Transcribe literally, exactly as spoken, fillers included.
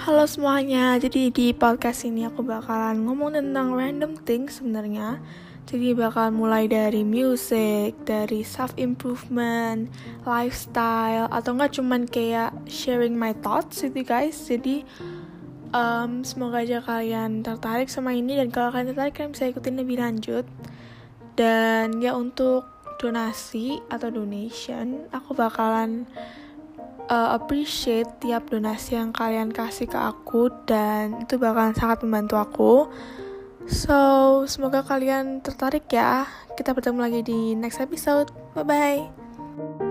Halo semuanya, jadi di podcast ini aku bakalan ngomong tentang random things sebenarnya. Jadi bakal mulai dari music, dari self-improvement, lifestyle, atau enggak cuman kayak sharing my thoughts gitu guys. Jadi um, semoga aja kalian tertarik sama ini, dan kalau kalian tertarik kalian bisa ikutin lebih lanjut. Dan ya untuk donasi atau donation, aku bakalan Uh, appreciate tiap donasi yang kalian kasih ke aku, dan itu bakalan sangat membantu aku. So, semoga kalian tertarik ya. Kita bertemu lagi di next episode. Bye-bye.